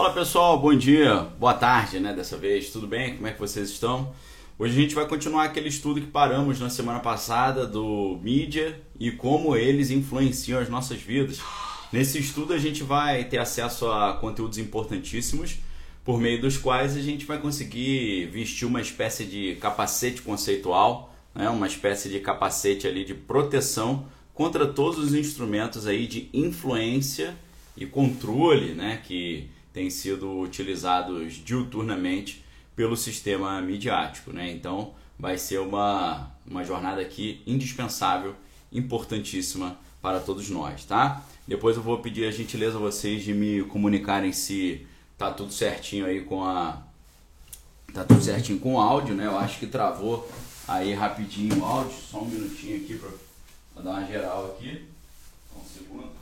Fala pessoal, bom dia, boa tarde, né, dessa vez, tudo bem? Como é que vocês estão? Hoje a gente vai continuar aquele estudo que paramos na semana passada do mídia e como eles influenciam as nossas vidas. Nesse estudo a gente vai ter acesso a conteúdos importantíssimos, por meio dos quais a gente vai conseguir vestir uma espécie de capacete conceitual, né, uma espécie de capacete ali de proteção contra todos os instrumentos aí de influência e controle, né, que têm sido utilizados diuturnamente pelo sistema midiático, né? Então vai ser uma jornada aqui indispensável, importantíssima para todos nós, tá? Depois eu vou pedir a gentileza a vocês de me comunicarem se tá tudo certinho aí com tá tudo certinho com o áudio, né? Eu acho que travou aí rapidinho o áudio, só um minutinho aqui para dar uma geral aqui. Um segundo.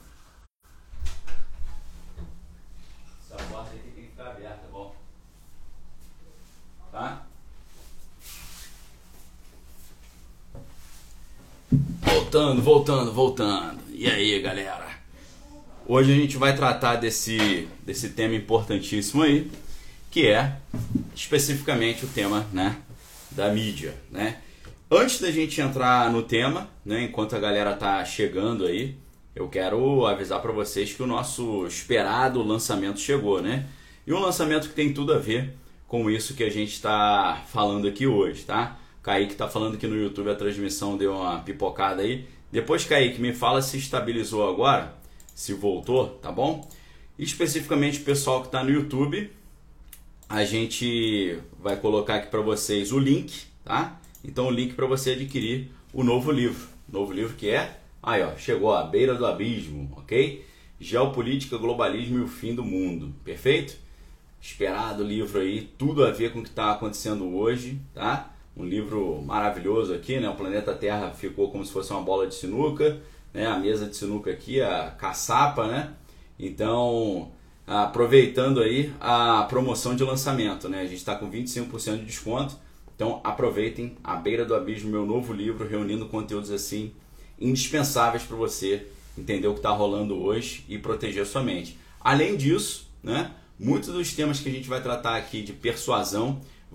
Essa porta aí tem que ficar aberta, bom? Tá? Voltando. E aí, galera? Hoje a gente vai tratar desse tema importantíssimo aí, que é especificamente o tema, né, da mídia, né? Antes da gente entrar no tema, né, enquanto a galera tá chegando aí, eu quero avisar para vocês que o nosso esperado lançamento chegou, né? E um lançamento que tem tudo a ver com isso que a gente está falando aqui hoje, tá? Kaique tá falando que no YouTube a transmissão deu uma pipocada aí. Depois, Kaique, me fala se estabilizou agora, se voltou, tá bom? E especificamente o pessoal que está no YouTube, a gente vai colocar aqui para vocês o link, tá? Então o link para você adquirir o novo livro. Novo livro que é... Aí, ó, chegou à beira do abismo, ok? Geopolítica, globalismo e o fim do mundo, perfeito? Esperado livro aí, tudo a ver com o que está acontecendo hoje, tá? Um livro maravilhoso aqui, né? O planeta Terra ficou como se fosse uma bola de sinuca, né? A mesa de sinuca aqui, a caçapa, né? Então, aproveitando aí a promoção de lançamento, né? A gente está com 25% de desconto, então aproveitem A Beira do Abismo, meu novo livro, reunindo conteúdos assim indispensáveis para você entender o que está rolando hoje e proteger a sua mente. Além disso, né, muitos dos temas que a gente vai tratar aqui de persuasão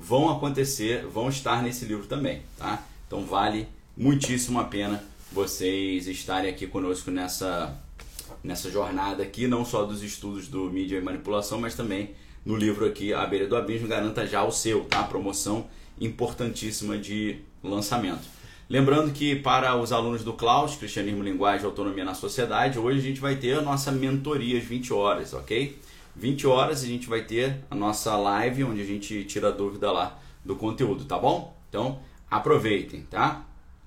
vão estar nesse livro também, tá? Então vale muitíssimo a pena vocês estarem aqui conosco nessa jornada aqui, não só dos estudos do mídia e manipulação, mas também no livro aqui A Beira do Abismo. Garanta já o seu, tá? Promoção importantíssima de lançamento. Lembrando que para os alunos do Klaus, Cristianismo, Linguagem e Autonomia na Sociedade, hoje a gente vai ter a nossa mentoria às 20 horas, ok? 20 horas a gente vai ter a nossa live, onde a gente tira a dúvida lá do conteúdo, tá bom? Então, aproveitem, tá?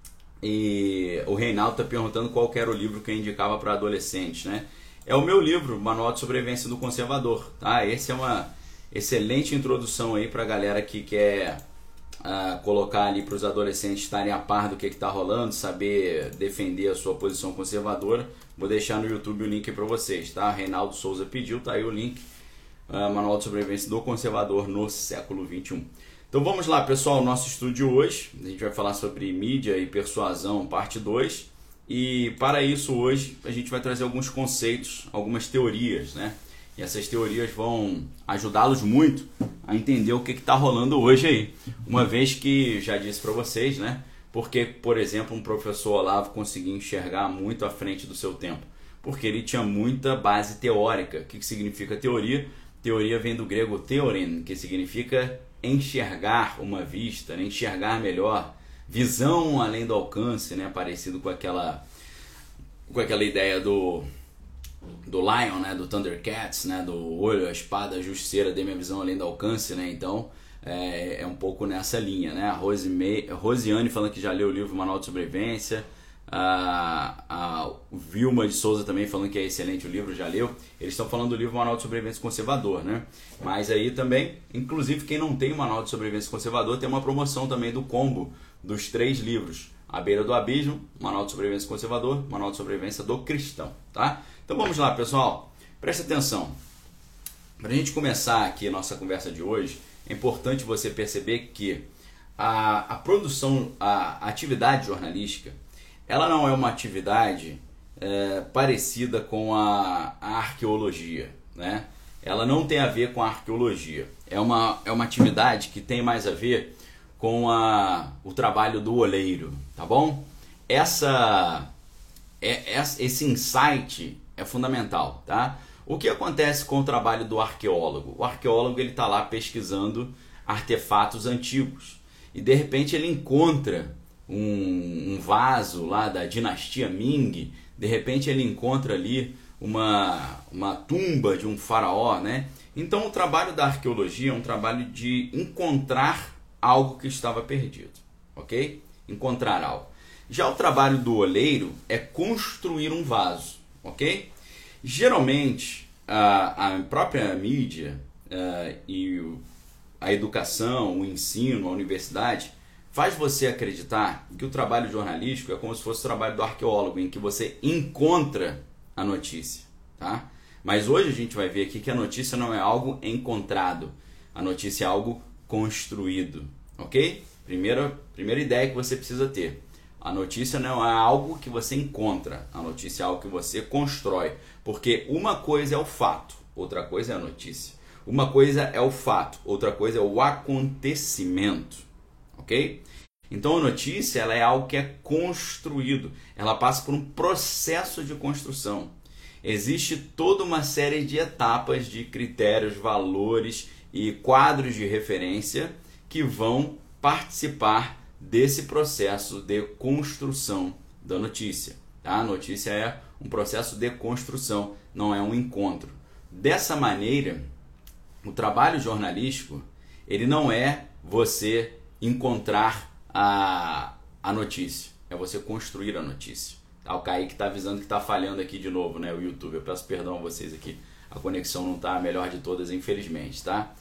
E o Reinaldo está perguntando qual era o livro que eu indicava para adolescentes, né? É o meu livro, Manual de Sobrevivência do Conservador, tá? Esse é uma excelente introdução aí para a galera que quer... colocar ali para os adolescentes estarem a par do que está rolando, saber defender a sua posição conservadora. Vou deixar no YouTube o link para vocês, tá? Reinaldo Souza pediu, tá aí o link, Manual de Sobrevivência do Conservador no século XXI. Então vamos lá, pessoal, nosso estudo de hoje, a gente vai falar sobre mídia e persuasão, parte 2, e para isso hoje a gente vai trazer alguns conceitos, algumas teorias, né? E essas teorias vão ajudá-los muito a entender o que está rolando hoje aí. Uma vez que, já disse para vocês, né? Porque, por exemplo, um professor Olavo conseguia enxergar muito à frente do seu tempo? Porque ele tinha muita base teórica. O que significa teoria? Teoria vem do grego theorin, que significa enxergar uma vista, né? Enxergar melhor, visão além do alcance, né? Parecido com aquela ideia do Lion, né, do Thundercats, né, do olho, a espada, a justiceira, dê minha visão além do alcance, né? Então é um pouco nessa linha, né? A Rosiane falando que já leu o livro Manual de Sobrevivência, a Vilma de Souza também falando que é excelente o livro, já leu. Eles estão falando do livro Manual de Sobrevivência Conservador, né? Mas aí também, inclusive quem não tem o Manual de Sobrevivência Conservador, tem uma promoção também do combo dos 3 livros: A Beira do Abismo, Manual de Sobrevivência Conservador, Manual de Sobrevivência do Cristão, tá? Então vamos lá, pessoal, preste atenção. Para a gente começar aqui a nossa conversa de hoje, é importante você perceber que a produção, a atividade jornalística, ela não é uma atividade parecida com a arqueologia, né? ela não tem a ver com a arqueologia. É uma atividade que tem mais a ver com o trabalho do oleiro, tá bom? Esse insight é fundamental, tá? O que acontece com o trabalho do arqueólogo? O arqueólogo ele está lá pesquisando artefatos antigos e de repente ele encontra um vaso lá da dinastia Ming, de repente ele encontra ali uma tumba de um faraó, né? Então o trabalho da arqueologia é um trabalho de encontrar algo que estava perdido, ok? Encontrar algo. Já o trabalho do oleiro é construir um vaso, ok? Geralmente a própria mídia e a educação, o ensino, a universidade faz você acreditar que o trabalho jornalístico é como se fosse o trabalho do arqueólogo, em que você encontra a notícia, tá? Mas hoje a gente vai ver aqui que a notícia não é algo encontrado, a notícia é algo construído, ok? Primeira ideia que você precisa ter. A notícia não é algo que você encontra, a notícia é algo que você constrói, porque uma coisa é o fato, outra coisa é a notícia. Uma coisa é o fato, outra coisa é o acontecimento, ok? Então a notícia ela é algo que é construído, ela passa por um processo de construção. Existe toda uma série de etapas, de critérios, valores e quadros de referência que vão participar desse processo de construção da notícia. Tá? A notícia é um processo de construção, não é um encontro. Dessa maneira, o trabalho jornalístico ele não é você encontrar a notícia, é você construir a notícia. Tá? O Kaique está avisando que está falhando aqui de novo, né, o YouTube. Eu peço perdão a vocês aqui, a conexão não está a melhor de todas, infelizmente. Tá?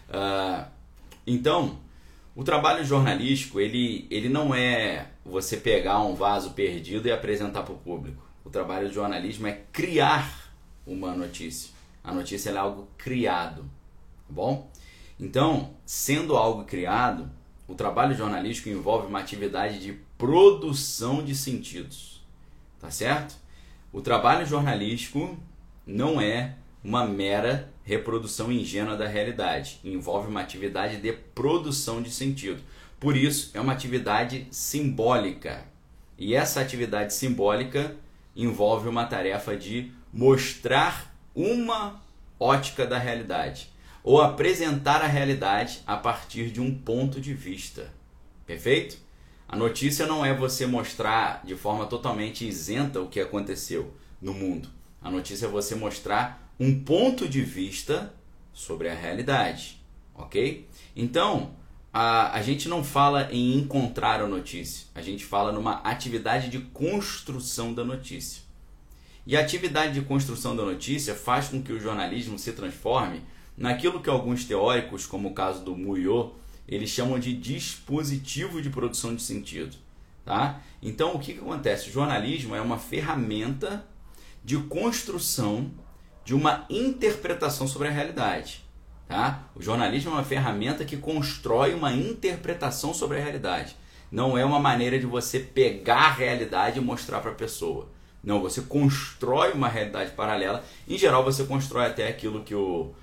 Então, o trabalho jornalístico, ele não é você pegar um vaso perdido e apresentar para o público. O trabalho de jornalismo é criar uma notícia. A notícia é algo criado, tá bom? Então, sendo algo criado, o trabalho jornalístico envolve uma atividade de produção de sentidos, tá certo? O trabalho jornalístico não é uma mera reprodução ingênua da realidade, envolve uma atividade de produção de sentido. Por isso, é uma atividade simbólica. E essa atividade simbólica envolve uma tarefa de mostrar uma ótica da realidade, ou apresentar a realidade a partir de um ponto de vista. Perfeito? A notícia não é você mostrar de forma totalmente isenta o que aconteceu no mundo. A notícia é você mostrar um ponto de vista sobre a realidade, ok? Então, a gente não fala em encontrar a notícia, a gente fala numa atividade de construção da notícia. E a atividade de construção da notícia faz com que o jornalismo se transforme naquilo que alguns teóricos, como o caso do Muyot, eles chamam de dispositivo de produção de sentido. Tá? Então, o que acontece? O jornalismo é uma ferramenta de construção de uma interpretação sobre a realidade. Tá? O jornalismo é uma ferramenta que constrói uma interpretação sobre a realidade. Não é uma maneira de você pegar a realidade e mostrar para a pessoa. Não, você constrói uma realidade paralela. Em geral, você constrói até aquilo que o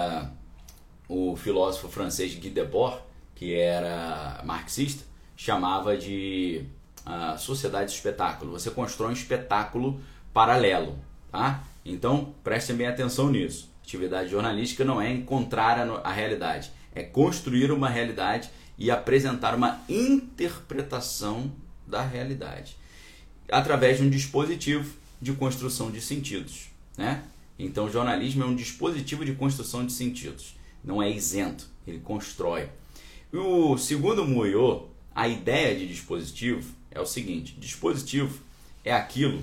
filósofo francês Guy Debord, que era marxista, chamava de sociedade de espetáculo. Você constrói um espetáculo paralelo. Tá? Então, prestem bem atenção nisso. Atividade jornalística não é encontrar a realidade, é construir uma realidade e apresentar uma interpretação da realidade através de um dispositivo de construção de sentidos, né? Então, o jornalismo é um dispositivo de construção de sentidos, não é isento, ele constrói. E segundo Muyot, a ideia de dispositivo é o seguinte: dispositivo é aquilo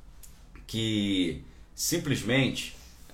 que simplesmente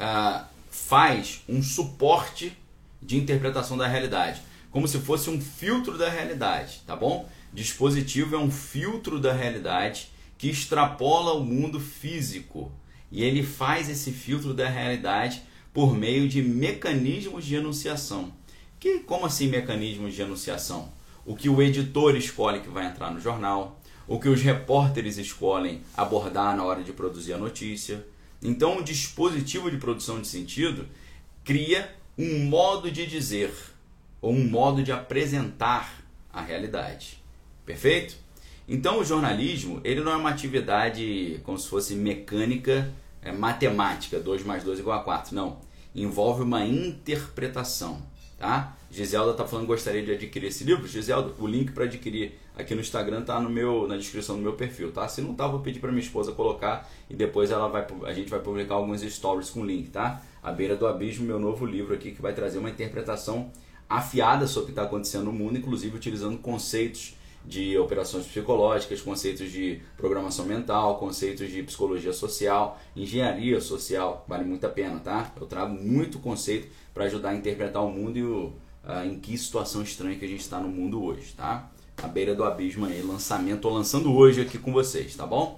faz um suporte de interpretação da realidade, como se fosse um filtro da realidade, tá bom? Dispositivo é um filtro da realidade que extrapola o mundo físico e ele faz esse filtro da realidade por meio de mecanismos de enunciação. Como assim mecanismos de enunciação? O que o editor escolhe que vai entrar no jornal, o que os repórteres escolhem abordar na hora de produzir a notícia. Então, o dispositivo de produção de sentido cria um modo de dizer ou um modo de apresentar a realidade. Perfeito? Então o jornalismo, ele não é uma atividade como se fosse mecânica, matemática, 2 mais 2 igual a 4, não. Envolve uma interpretação, tá? Giselda está falando que gostaria de adquirir esse livro. Giselda, o link para adquirir aqui no Instagram está na descrição do meu perfil, tá? Se não tá, vou pedir para minha esposa colocar e depois a gente vai publicar alguns stories com link, tá? A Beira do Abismo, meu novo livro aqui, que vai trazer uma interpretação afiada sobre o que está acontecendo no mundo, inclusive utilizando conceitos de operações psicológicas, conceitos de programação mental, conceitos de psicologia social, engenharia social, vale muito a pena, tá? Eu trago muito conceito para ajudar a interpretar o mundo e em que situação estranha que a gente está no mundo hoje, tá? A Beira do Abismo aí, lançamento, tô lançando hoje aqui com vocês, tá bom?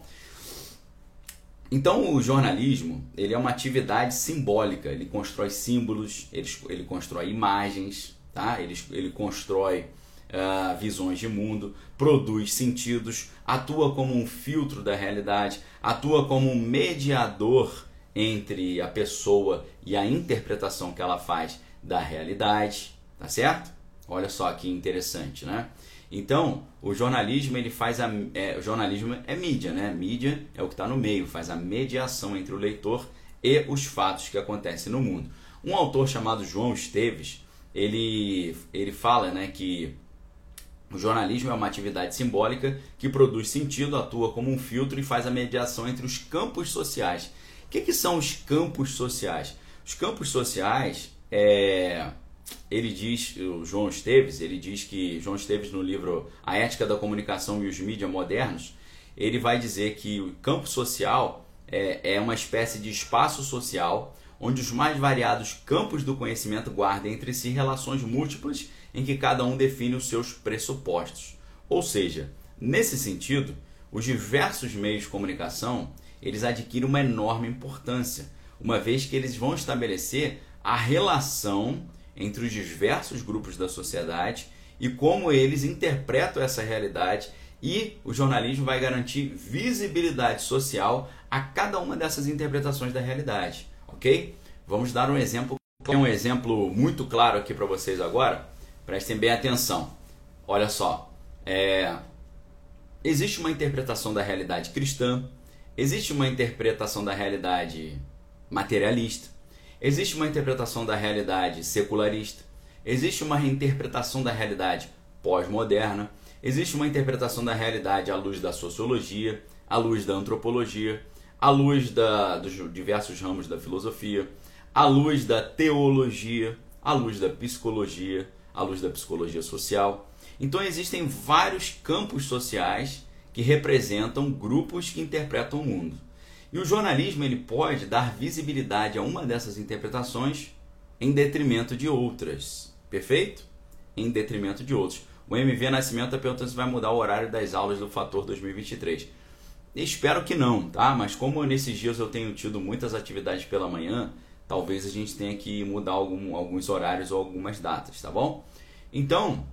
Então o jornalismo, ele é uma atividade simbólica, ele constrói símbolos, ele constrói imagens, tá? Ele constrói visões de mundo, produz sentidos, atua como um filtro da realidade, atua como um mediador entre a pessoa e a interpretação que ela faz da realidade, tá certo? Olha só que interessante, né? Então, o jornalismo, o jornalismo é mídia, né? Mídia é o que está no meio, faz a mediação entre o leitor e os fatos que acontecem no mundo. Um autor chamado João Esteves, ele fala, né, que o jornalismo é uma atividade simbólica que produz sentido, atua como um filtro e faz a mediação entre os campos sociais. O que são os campos sociais? Os campos sociais, ele diz, o João Esteves no livro A Ética da Comunicação e os Mídias Modernos, ele vai dizer que o campo social é uma espécie de espaço social onde os mais variados campos do conhecimento guardam entre si relações múltiplas em que cada um define os seus pressupostos. Ou seja, nesse sentido, os diversos meios de comunicação, eles adquirem uma enorme importância, uma vez que eles vão estabelecer a relação entre os diversos grupos da sociedade e como eles interpretam essa realidade, e o jornalismo vai garantir visibilidade social a cada uma dessas interpretações da realidade, ok? Vamos dar um exemplo, muito claro aqui para vocês agora, prestem bem atenção. Olha só, existe uma interpretação da realidade cristã, existe uma interpretação da realidade materialista, existe uma interpretação da realidade secularista, existe uma interpretação da realidade pós-moderna, existe uma interpretação da realidade à luz da sociologia, à luz da antropologia, à luz dos diversos ramos da filosofia, à luz da teologia, à luz da psicologia, à luz da psicologia social. Então existem vários campos sociais que representam grupos que interpretam o mundo. E o jornalismo ele pode dar visibilidade a uma dessas interpretações em detrimento de outras. Perfeito? Em detrimento de outros. O MV Nascimento está perguntando se vai mudar o horário das aulas do Fator 2023. Espero que não, tá? Mas como nesses dias eu tenho tido muitas atividades pela manhã, talvez a gente tenha que mudar alguns horários ou algumas datas, tá bom? Então,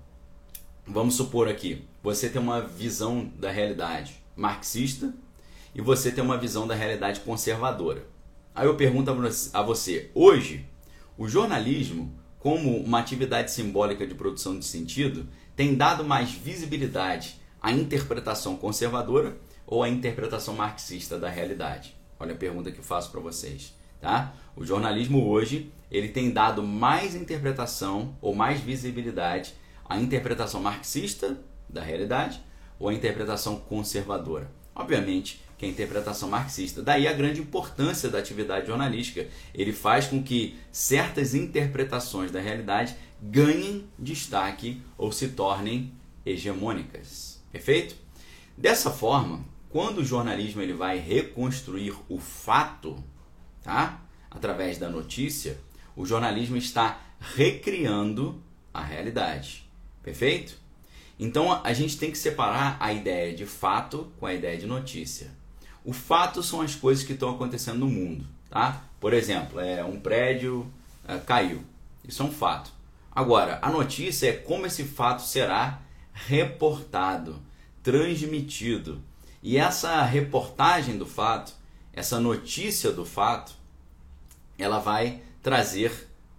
vamos supor aqui, você tem uma visão da realidade marxista e você tem uma visão da realidade conservadora. Aí eu pergunto a você, hoje, o jornalismo, como uma atividade simbólica de produção de sentido, tem dado mais visibilidade à interpretação conservadora ou à interpretação marxista da realidade? Olha a pergunta que eu faço para vocês, tá? O jornalismo hoje, ele tem dado mais interpretação ou mais visibilidade à interpretação marxista da realidade ou à interpretação conservadora? Obviamente que a interpretação marxista. Daí a grande importância da atividade jornalística. Ele faz com que certas interpretações da realidade ganhem destaque ou se tornem hegemônicas. Perfeito? Dessa forma, quando o jornalismo ele vai reconstruir o fato, tá? Através da notícia, o jornalismo está recriando a realidade. Perfeito? Então a gente tem que separar a ideia de fato com a ideia de notícia. O fato são as coisas que estão acontecendo no mundo, tá? Por exemplo, um prédio caiu. Isso é um fato. Agora, a notícia é como esse fato será reportado, transmitido. E essa reportagem do fato, essa notícia do fato, ela vai trazer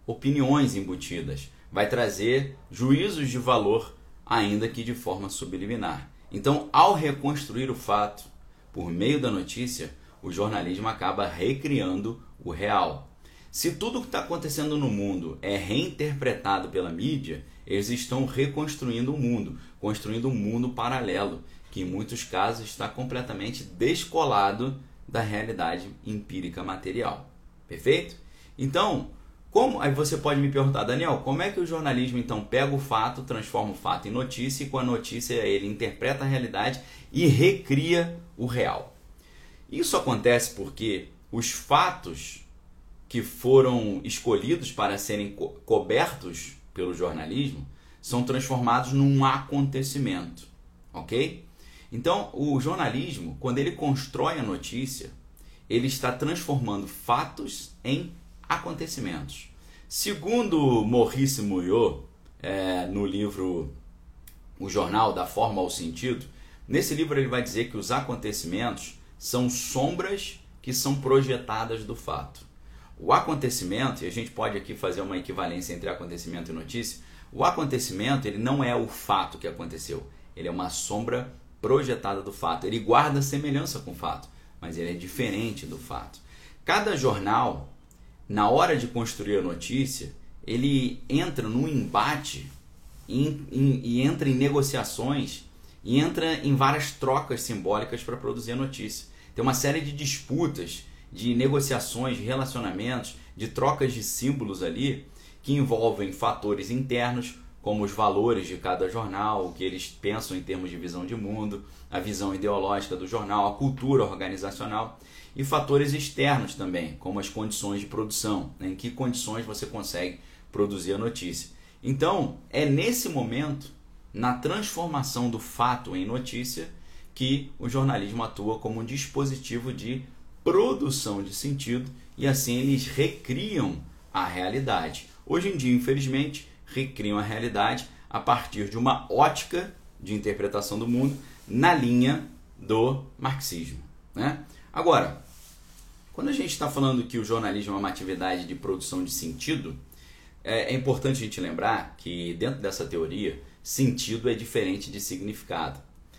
opiniões embutidas, vai trazer juízos de valor, ainda que de forma subliminar. Então, ao reconstruir o fato por meio da notícia, o jornalismo acaba recriando o real. Se tudo o que está acontecendo no mundo é reinterpretado pela mídia, eles estão reconstruindo o mundo, construindo um mundo paralelo, que em muitos casos está completamente descolado da realidade empírica material. Perfeito? Então, aí você pode me perguntar, Daniel, como é que o jornalismo então pega o fato, transforma o fato em notícia e com a notícia ele interpreta a realidade e recria o real? Isso acontece porque os fatos que foram escolhidos para serem cobertos pelo jornalismo são transformados num acontecimento, ok? Então, o jornalismo, quando ele constrói a notícia, ele está transformando fatos em acontecimentos. Segundo Maurice Mouillot, no livro O Jornal da Forma ao Sentido, nesse livro ele vai dizer que os acontecimentos são sombras que são projetadas do fato. O acontecimento, e a gente pode aqui fazer uma equivalência entre acontecimento e notícia, o acontecimento ele não é o fato que aconteceu, ele é uma sombra projetada do fato. Ele guarda semelhança com o fato, mas ele é diferente do fato. Cada jornal, na hora de construir a notícia, ele entra num embate e entra em negociações e entra em várias trocas simbólicas para produzir a notícia. Tem uma série de disputas, de negociações, de relacionamentos, de trocas de símbolos ali que envolvem fatores internos, como os valores de cada jornal, o que eles pensam em termos de visão de mundo, a visão ideológica do jornal, a cultura organizacional, e fatores externos também, como as condições de produção, né? Em que condições você consegue produzir a notícia. Então, é nesse momento, na transformação do fato em notícia, que o jornalismo atua como um dispositivo de produção de sentido e assim eles recriam a realidade. Hoje em dia, infelizmente, recriam a realidade a partir de uma ótica de interpretação do mundo na linha do marxismo, né? Agora, quando a gente está falando que o jornalismo é uma atividade de produção de sentido, é importante a gente lembrar que dentro dessa teoria, sentido é diferente de significado.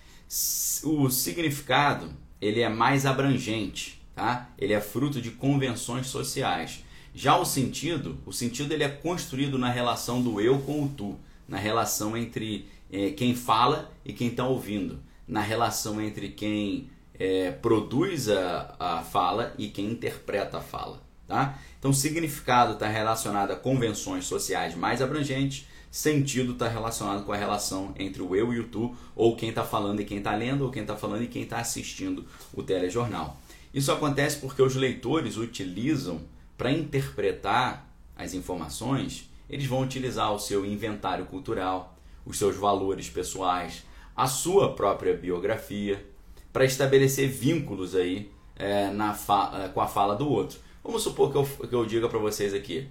O significado ele é mais abrangente, tá? Ele é fruto de convenções sociais. Já o sentido ele é construído na relação do eu com o tu, na relação entre quem fala e quem está ouvindo, na relação entre quem produz a fala e quem interpreta a fala, tá? Então, significado está relacionado a convenções sociais mais abrangentes, sentido está relacionado com a relação entre o eu e o tu, ou quem está falando e quem está lendo, ou quem está falando e quem está assistindo o telejornal. Isso acontece porque os leitores utilizam, para interpretar as informações, eles vão utilizar o seu inventário cultural, os seus valores pessoais, a sua própria biografia, para estabelecer vínculos aí com a fala do outro. Vamos supor que eu diga para vocês aqui,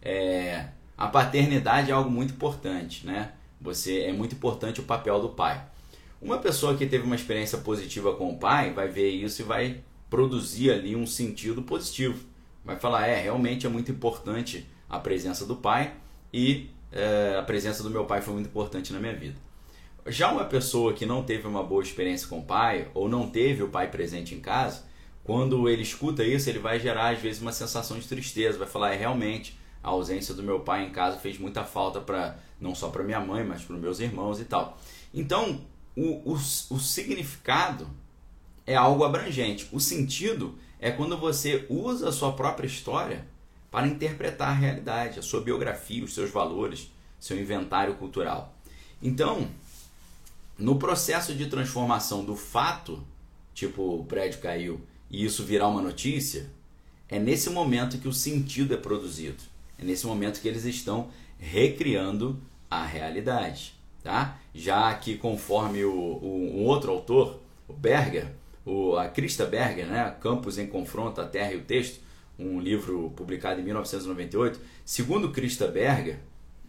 a paternidade é algo muito importante, né? É muito importante o papel do pai. Uma pessoa que teve uma experiência positiva com o pai vai ver isso e vai produzir ali um sentido positivo. Vai falar, realmente é muito importante a presença do pai e a presença do meu pai foi muito importante na minha vida. Já uma pessoa que não teve uma boa experiência com o pai ou não teve o pai presente em casa, quando ele escuta isso, ele vai gerar às vezes uma sensação de tristeza, vai falar, realmente a ausência do meu pai em casa fez muita falta não só para minha mãe, mas para os meus irmãos e tal. Então, o significado é algo abrangente. O sentido é quando você usa a sua própria história para interpretar a realidade, a sua biografia, os seus valores, seu inventário cultural. Então, no processo de transformação do fato, tipo o prédio caiu e isso virar uma notícia, é nesse momento que o sentido é produzido. É nesse momento que eles estão recriando a realidade, tá? Já que conforme um outro autor, o Berger, a Christa Berger, né? Campos em Confronto, a Terra e o Texto, um livro publicado em 1998, segundo Christa Berger,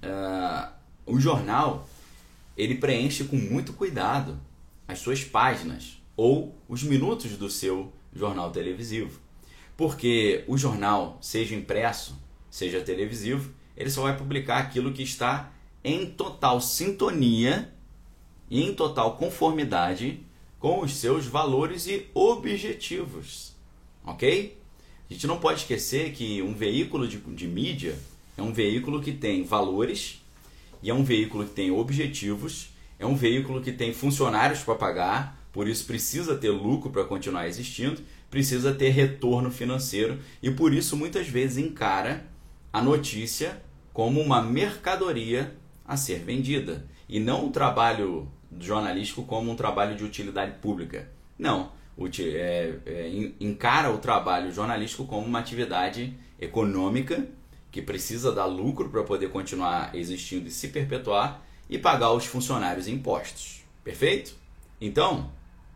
o jornal ele preenche com muito cuidado as suas páginas ou os minutos do seu jornal televisivo. Porque o jornal, seja impresso, seja televisivo, ele só vai publicar aquilo que está em total sintonia e em total conformidade com os seus valores e objetivos, ok? A gente não pode esquecer que um veículo de mídia é um veículo que tem valores e é um veículo que tem objetivos, é um veículo que tem funcionários para pagar, por isso precisa ter lucro para continuar existindo, precisa ter retorno financeiro e por isso muitas vezes encara a notícia como uma mercadoria a ser vendida e não um trabalho jornalístico como um trabalho de utilidade pública. Não, encara o trabalho jornalístico como uma atividade econômica que precisa dar lucro para poder continuar existindo e se perpetuar e pagar os funcionários impostos. Perfeito? Então,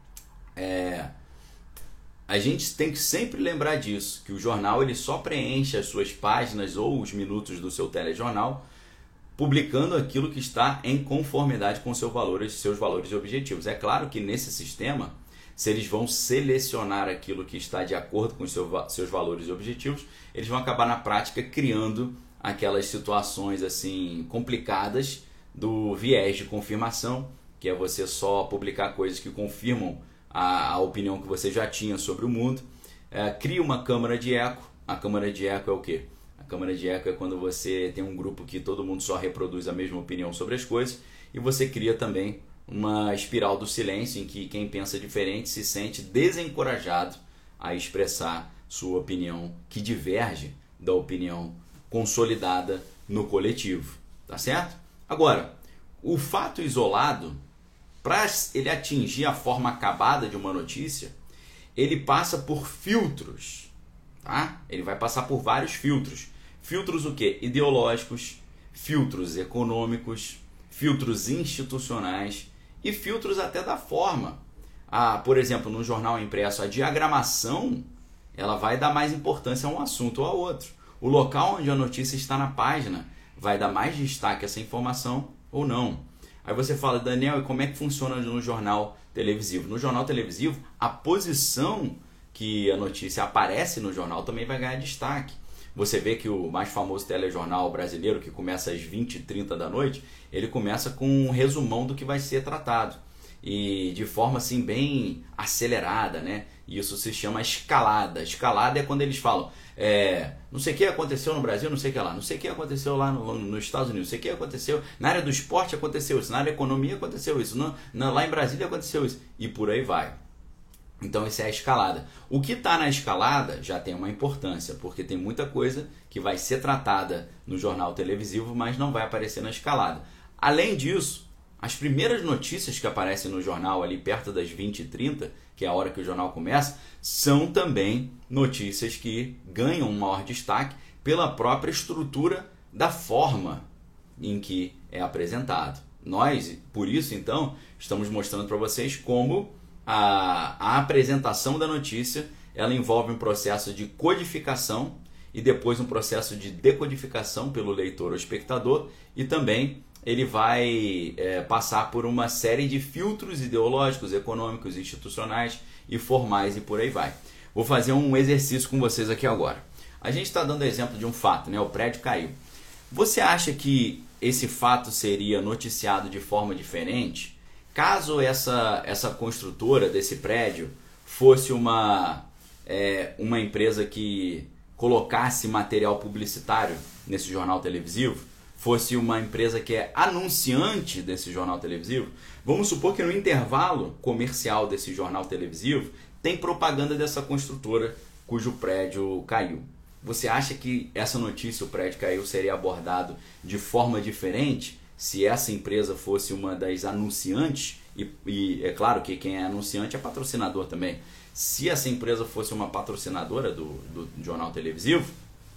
a gente tem que sempre lembrar disso, que o jornal ele só preenche as suas páginas ou os minutos do seu telejornal publicando aquilo que está em conformidade com seus valores e objetivos. É claro que nesse sistema, se eles vão selecionar aquilo que está de acordo com os seus valores e objetivos, eles vão acabar na prática criando aquelas situações assim complicadas do viés de confirmação, que é você só publicar coisas que confirmam a opinião que você já tinha sobre o mundo. Cria uma câmara de eco. A câmara de eco é o quê? A câmara de eco é quando você tem um grupo que todo mundo só reproduz a mesma opinião sobre as coisas e você cria também uma espiral do silêncio em que quem pensa diferente se sente desencorajado a expressar sua opinião que diverge da opinião consolidada no coletivo, tá certo? Agora, o fato isolado, para ele atingir a forma acabada de uma notícia, ele passa por filtros, tá? Ele vai passar por vários filtros. Filtros o quê? Ideológicos, filtros econômicos, filtros institucionais e filtros até da forma. Por exemplo, no jornal impresso, a diagramação ela vai dar mais importância a um assunto ou a outro. O local onde a notícia está na página vai dar mais destaque a essa informação ou não. Aí você fala, Daniel, e como é que funciona no jornal televisivo? No jornal televisivo, a posição que a notícia aparece no jornal também vai ganhar destaque. Você vê que o mais famoso telejornal brasileiro, que começa às 20h30 da noite, ele começa com um resumão do que vai ser tratado. E de forma assim bem acelerada, né? E isso se chama escalada. Escalada é quando eles falam, não sei o que aconteceu no Brasil, não sei o que lá, não sei o que aconteceu lá nos Estados Unidos, não sei o que aconteceu, na área do esporte aconteceu isso, na área da economia aconteceu isso, lá em Brasília aconteceu isso, e por aí vai. Então isso é a escalada. O que está na escalada já tem uma importância, porque tem muita coisa que vai ser tratada no jornal televisivo, mas não vai aparecer na escalada. Além disso, as primeiras notícias que aparecem no jornal ali perto das 20h30, que é a hora que o jornal começa, são também notícias que ganham um maior destaque pela própria estrutura da forma em que é apresentado. Nós, por isso, então, estamos mostrando para vocês como a apresentação da notícia ela envolve um processo de codificação e depois um processo de decodificação pelo leitor ou espectador, e também ele vai passar por uma série de filtros ideológicos, econômicos, institucionais e formais e por aí vai. Vou fazer um exercício com vocês aqui agora. A gente está dando exemplo de um fato, né? O prédio caiu. Você acha que esse fato seria noticiado de forma diferente caso essa construtora desse prédio fosse uma empresa que colocasse material publicitário nesse jornal televisivo? Fosse uma empresa que é anunciante desse jornal televisivo? Vamos supor que no intervalo comercial desse jornal televisivo tem propaganda dessa construtora cujo prédio caiu. Você acha que essa notícia, o prédio caiu, seria abordado de forma diferente se essa empresa fosse uma das anunciantes? E é claro que quem é anunciante é patrocinador também. Se essa empresa fosse uma patrocinadora do jornal televisivo,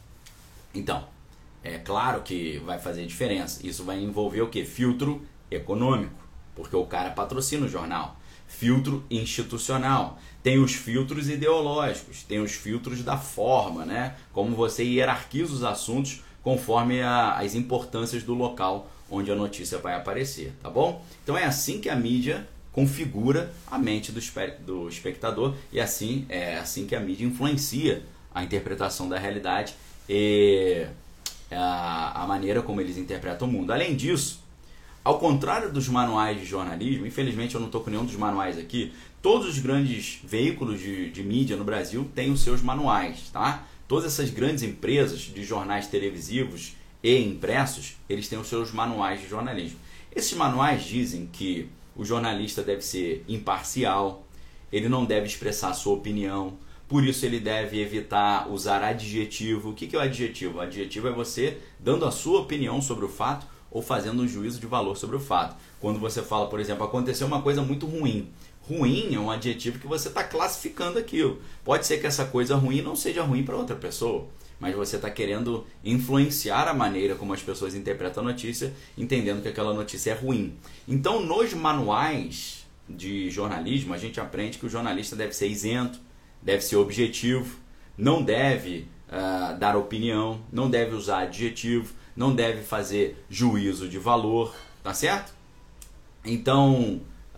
então é claro que vai fazer diferença. Isso vai envolver o quê? Filtro econômico, porque o cara patrocina o jornal. Filtro institucional. Tem os filtros ideológicos, tem os filtros da forma, né? Como você hierarquiza os assuntos conforme as importâncias do local onde a notícia vai aparecer, tá bom? Então é assim que a mídia configura a mente do espectador e é assim que a mídia influencia a interpretação da realidade e a maneira como eles interpretam o mundo. Além disso, ao contrário dos manuais de jornalismo, infelizmente eu não estou com nenhum dos manuais aqui, todos os grandes veículos de mídia no Brasil têm os seus manuais, tá? Todas essas grandes empresas de jornais televisivos e impressos, eles têm os seus manuais de jornalismo. Esses manuais dizem que o jornalista deve ser imparcial, ele não deve expressar a sua opinião, por isso ele deve evitar usar adjetivo. O que é o adjetivo? O adjetivo é você dando a sua opinião sobre o fato ou fazendo um juízo de valor sobre o fato. Quando você fala, por exemplo, aconteceu uma coisa muito ruim. Ruim é um adjetivo que você está classificando aquilo. Pode ser que essa coisa ruim não seja ruim para outra pessoa, mas você está querendo influenciar a maneira como as pessoas interpretam a notícia, entendendo que aquela notícia é ruim. Então, nos manuais de jornalismo, a gente aprende que o jornalista deve ser isento, deve ser objetivo, não deve dar opinião, não deve usar adjetivo, não deve fazer juízo de valor, tá certo? Então,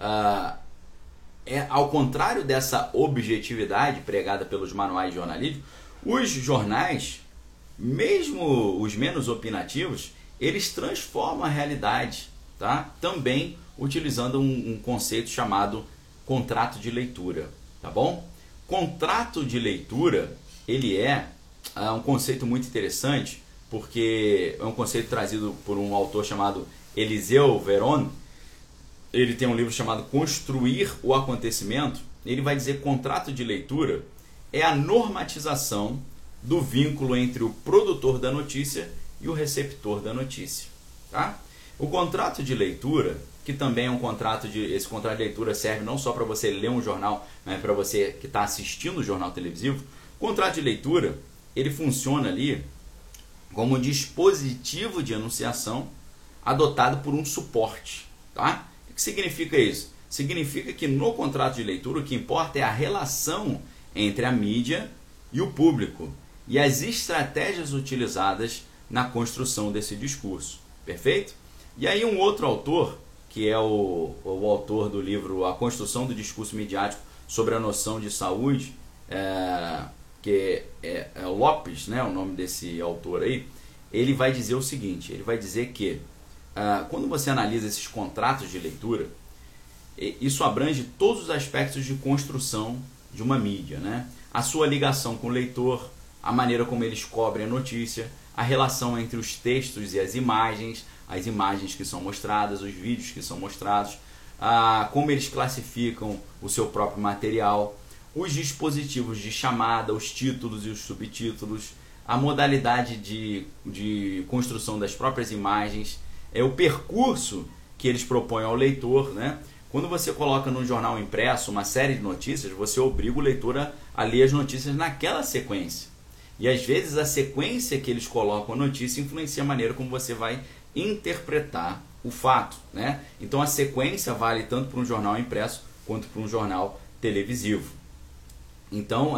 ao contrário dessa objetividade pregada pelos manuais de jornalismo, os jornais, mesmo os menos opinativos, eles transformam a realidade, tá? Também utilizando um conceito chamado contrato de leitura, tá bom? Contrato de leitura, ele é um conceito muito interessante, porque é um conceito trazido por um autor chamado Eliseu Veron. Ele tem um livro chamado Construir o Acontecimento. Ele vai dizer que contrato de leitura é a normatização do vínculo entre o produtor da notícia e o receptor da notícia, tá? O contrato de leitura, que também é um contrato esse contrato de leitura serve não só para você ler um jornal, mas para você que está assistindo o jornal televisivo. O contrato de leitura, ele funciona ali como um dispositivo de anunciação adotado por um suporte, tá? O que significa isso? Significa que no contrato de leitura o que importa é a relação entre a mídia e o público e as estratégias utilizadas na construção desse discurso, perfeito? E aí um outro autor, que é o autor do livro A Construção do Discurso Midiático sobre a Noção de Saúde, que é Lopes, né, o nome desse autor aí, ele vai dizer o seguinte, ele vai dizer que quando você analisa esses contratos de leitura, isso abrange todos os aspectos de construção de uma mídia, né? A sua ligação com o leitor, a maneira como eles cobrem a notícia, a relação entre os textos e as imagens que são mostradas, os vídeos que são mostrados, como eles classificam o seu próprio material, os dispositivos de chamada, os títulos e os subtítulos, a modalidade de construção das próprias imagens, o percurso que eles propõem ao leitor, né? Quando você coloca no jornal impresso uma série de notícias, você obriga o leitor a ler as notícias naquela sequência. E às vezes a sequência que eles colocam a notícia influencia a maneira como você vai interpretar o fato, né? Então a sequência vale tanto para um jornal impresso quanto para um jornal televisivo. Então,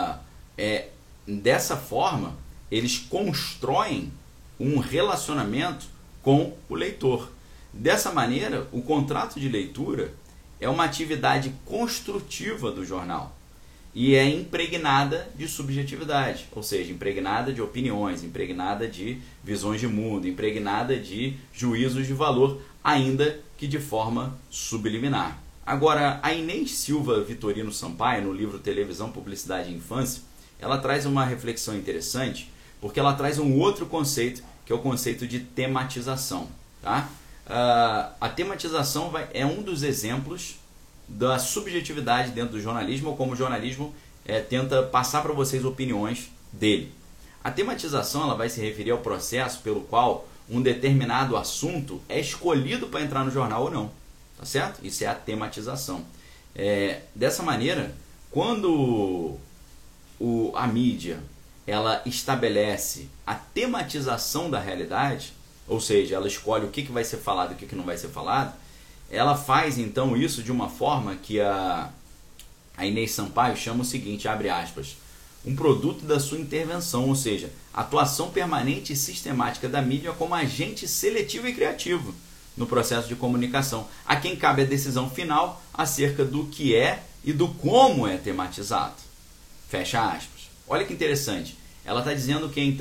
dessa forma, eles constroem um relacionamento com o leitor. Dessa maneira, o contrato de leitura é uma atividade construtiva do jornal e é impregnada de subjetividade, ou seja, impregnada de opiniões, impregnada de visões de mundo, impregnada de juízos de valor, ainda que de forma subliminar. Agora, a Inês Silva Vitorino Sampaio, no livro Televisão, Publicidade e Infância, ela traz uma reflexão interessante, porque ela traz um outro conceito, que é o conceito de tematização, tá? A tematização é um dos exemplos da subjetividade dentro do jornalismo, ou como o jornalismo tenta passar para vocês opiniões dele. A tematização ela vai se referir ao processo pelo qual um determinado assunto é escolhido para entrar no jornal ou não, tá certo? Isso é a tematização. Dessa maneira, quando a mídia ela estabelece a tematização da realidade, ou seja, ela escolhe o que vai ser falado e o que não vai ser falado, ela faz então isso de uma forma que a Inês Sampaio chama o seguinte, abre aspas, um produto da sua intervenção, ou seja, atuação permanente e sistemática da mídia como agente seletivo e criativo no processo de comunicação, a quem cabe a decisão final acerca do que é e do como é tematizado. Fecha aspas. Olha que interessante. Ela está dizendo que então,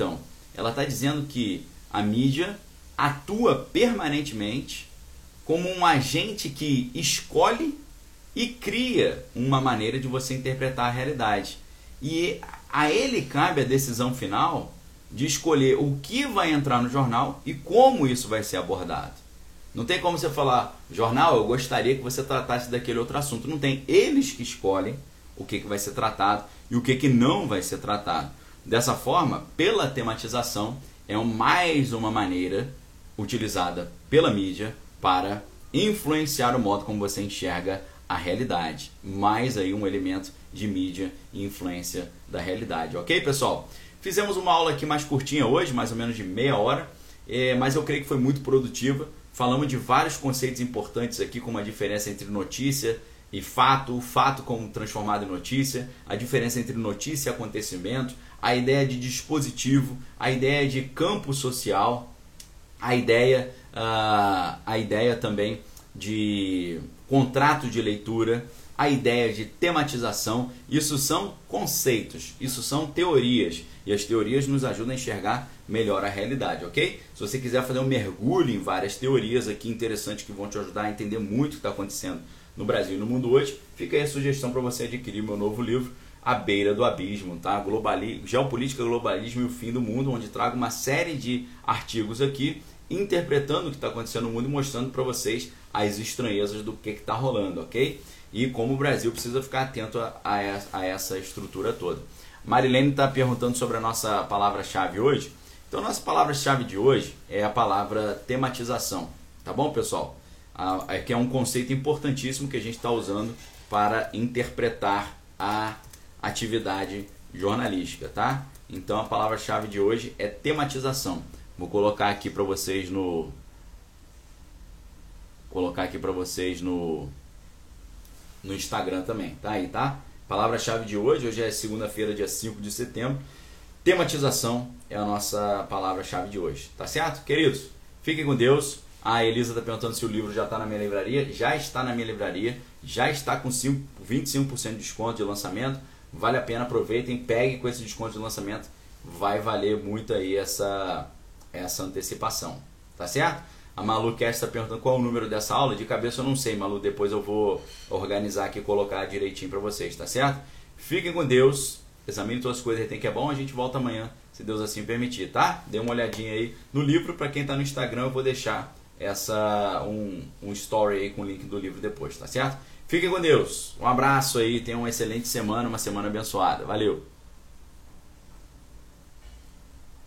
Ela está dizendo que a mídia atua permanentemente como um agente que escolhe e cria uma maneira de você interpretar a realidade. E a ele cabe a decisão final de escolher o que vai entrar no jornal e como isso vai ser abordado. Não tem como você falar, jornal, eu gostaria que você tratasse daquele outro assunto. Não tem. Eles que escolhem o que vai ser tratado e o que não vai ser tratado. Dessa forma, pela tematização, é mais uma maneira utilizada pela mídia para influenciar o modo como você enxerga a realidade. Mais aí um elemento de mídia e influência da realidade. Ok, pessoal? Fizemos uma aula aqui mais curtinha hoje, mais ou menos de meia hora, mas eu creio que foi muito produtiva. Falamos de vários conceitos importantes aqui, como a diferença entre notícia e fato, o fato como transformado em notícia, a diferença entre notícia e acontecimento, a ideia de dispositivo, a ideia de campo social, a ideia também de contrato de leitura, a ideia de tematização. Isso são conceitos, isso são teorias, e as teorias nos ajudam a enxergar melhor a realidade, ok? Se você quiser fazer um mergulho em várias teorias aqui interessantes que vão te ajudar a entender muito o que está acontecendo no Brasil e no mundo hoje, fica aí a sugestão para você adquirir meu novo livro, À Beira do Abismo, tá? Geopolítica, Globalismo e o Fim do Mundo, onde trago uma série de artigos aqui interpretando o que está acontecendo no mundo e mostrando para vocês as estranhezas do que está rolando, ok? E como o Brasil precisa ficar atento a essa estrutura toda. Marilene está perguntando sobre a nossa palavra-chave hoje. Então, a nossa palavra-chave de hoje é a palavra tematização, tá bom, pessoal? Que é um conceito importantíssimo que a gente está usando para interpretar a atividade jornalística, tá? Então, a palavra-chave de hoje é tematização. Vou colocar aqui para vocês no Instagram também, tá aí, tá? Palavra-chave de hoje é segunda-feira, dia 5 de setembro. Tematização é a nossa palavra-chave de hoje, tá certo? Queridos, fiquem com Deus. A Elisa está perguntando se o livro já está na minha livraria. Já está na minha livraria, já está com 25% de desconto de lançamento. Vale a pena, aproveitem, peguem com esse desconto de lançamento. Vai valer muito aí essa antecipação, tá certo? A Malu Cash está perguntando qual é o número dessa aula. De cabeça eu não sei, Malu, depois eu vou organizar aqui e colocar direitinho para vocês, tá certo? Fiquem com Deus, examine todas as coisas, tem que é bom, a gente volta amanhã, se Deus assim permitir, tá? Dê uma olhadinha aí no livro, para quem está no Instagram eu vou deixar um story aí com o link do livro depois, tá certo? Fiquem com Deus, um abraço aí, tenham uma excelente semana, uma semana abençoada, valeu!